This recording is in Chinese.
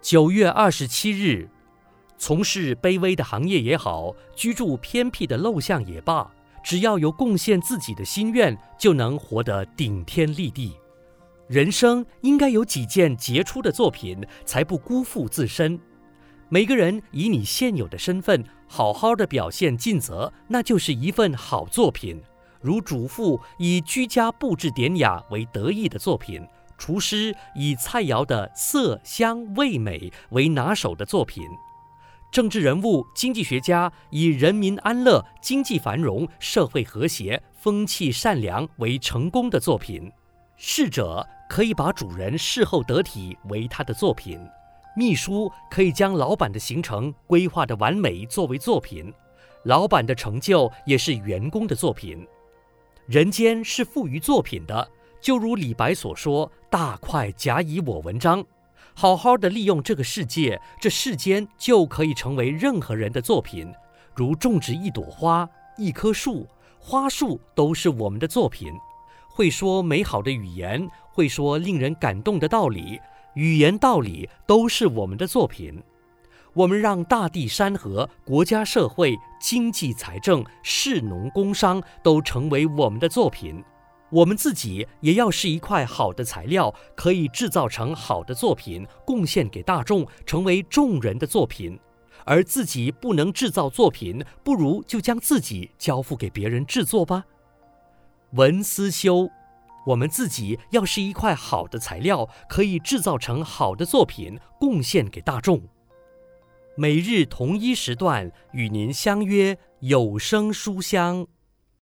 9月27日，从事卑微的行业也好，居住偏僻的陋巷也罢，只要有贡献自己的心愿，就能活得顶天立地。人生应该有几件杰出的作品，才不辜负自身。每个人以你现有的身份，好好的表现尽责，那就是一份好作品。如主妇以居家布置典雅为得意的作品，厨师以菜肴的色香味美为拿手的作品，政治人物、经济学家以人民安乐、经济繁荣、社会和谐、风气善良为成功的作品。侍者可以把主人侍候得体为他的作品，秘书可以将老板的行程规划的完美作为作品，老板的成就也是员工的作品。人间是富于作品的，就如李白所说：“大块假以我文章。”好好的利用这个世界，这世间就可以成为任何人的作品。如种植一朵花、一棵树，花树都是我们的作品。会说美好的语言，会说令人感动的道理，语言道理都是我们的作品。我们让大地山河、国家社会、经济财政、士农工商都成为我们的作品。我们自己也要是一块好的材料，可以制造成好的作品，贡献给大众，成为众人的作品。而自己不能制造作品，不如就将自己交付给别人制作吧。文思修，我们自己要是一块好的材料，可以制造成好的作品，贡献给大众。每日同一时段与您相约有声书香。